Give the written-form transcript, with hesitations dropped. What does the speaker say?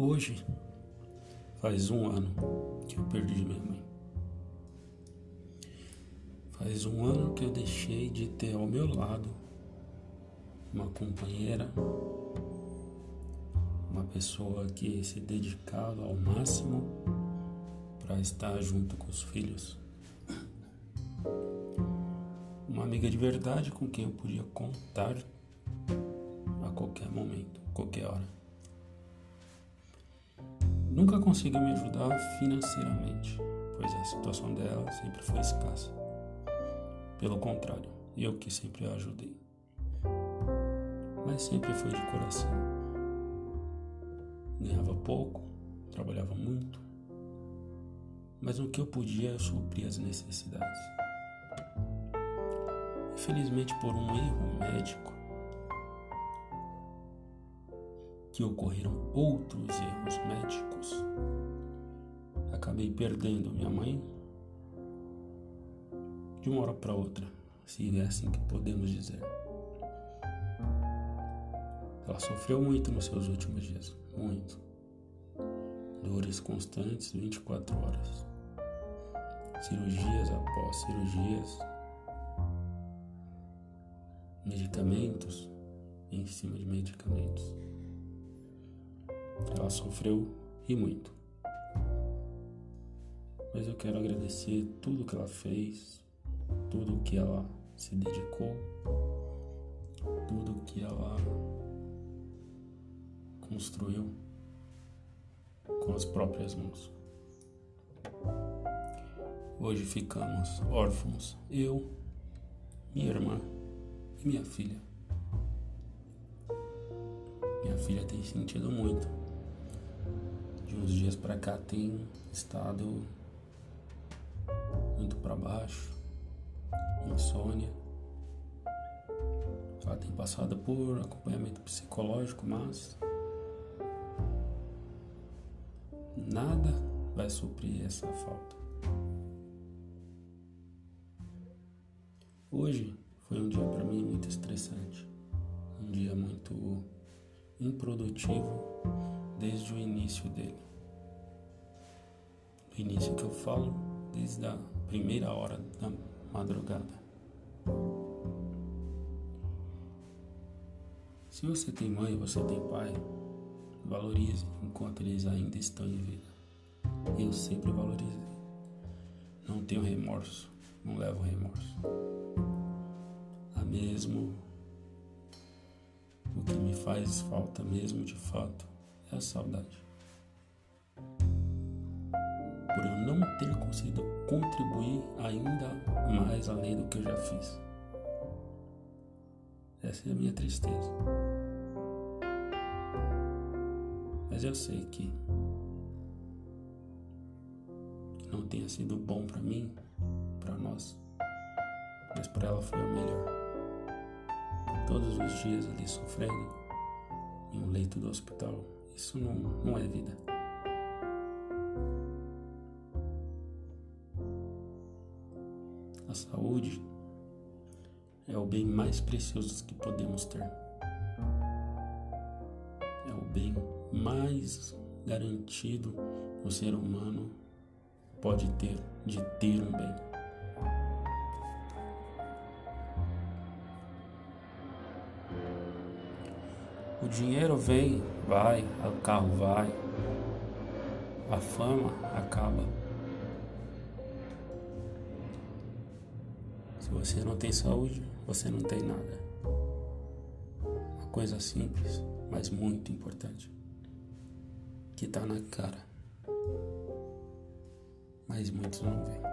Hoje faz 1 ano que eu perdi minha mãe. Faz 1 ano que eu deixei de ter ao meu lado uma companheira, uma pessoa que se dedicava ao máximo para estar junto com os filhos. Uma amiga de verdade com quem eu podia contar a qualquer momento, qualquer hora. Nunca conseguiu me ajudar financeiramente, pois a situação dela sempre foi escassa. Pelo contrário, eu que sempre a ajudei. Mas sempre foi de coração. Ganhava pouco, trabalhava muito, mas no que eu podia eu supria as necessidades. Infelizmente, por um erro médico, que ocorreram outros erros médicos, acabei perdendo minha mãe de uma hora para outra, se é assim que podemos dizer. Ela sofreu muito nos seus últimos dias, muito. Dores constantes 24 horas. Cirurgias após cirurgias. Medicamentos em cima de medicamentos. Ela sofreu e muito. Mas eu quero agradecer tudo que ela fez, tudo que ela se dedicou, tudo que ela construiu com as próprias mãos. Hoje ficamos órfãos, eu, minha irmã e minha filha. Minha filha tem sentido muito. De uns dias pra cá tem estado muito pra baixo, insônia. Ela tem passado por acompanhamento psicológico, mas nada vai suprir essa falta. Hoje foi um dia pra mim muito estressante, um dia muito improdutivo desde o início dele. O início que eu falo, desde a primeira hora da madrugada. Se você tem mãe, você tem pai, valorize enquanto eles ainda estão em vida. Eu sempre valorizei. Não tenho remorso, não levo remorso. Mesmo o que me faz falta mesmo de fato é a saudade. Por eu não ter conseguido contribuir ainda mais além do que eu já fiz. Essa é a minha tristeza. Mas eu sei que não tenha sido bom para mim, para nós, mas para ela foi o melhor. Todos os dias ali sofrendo em um leito do hospital, isso não é vida. A saúde é o bem mais precioso que podemos ter. É o bem mais garantido que o ser humano pode ter de ter um bem. O dinheiro vem, vai, o carro vai, a fama acaba. Se você não tem saúde, você não tem nada. Uma coisa simples, mas muito importante, que tá na cara, mas muitos não veem.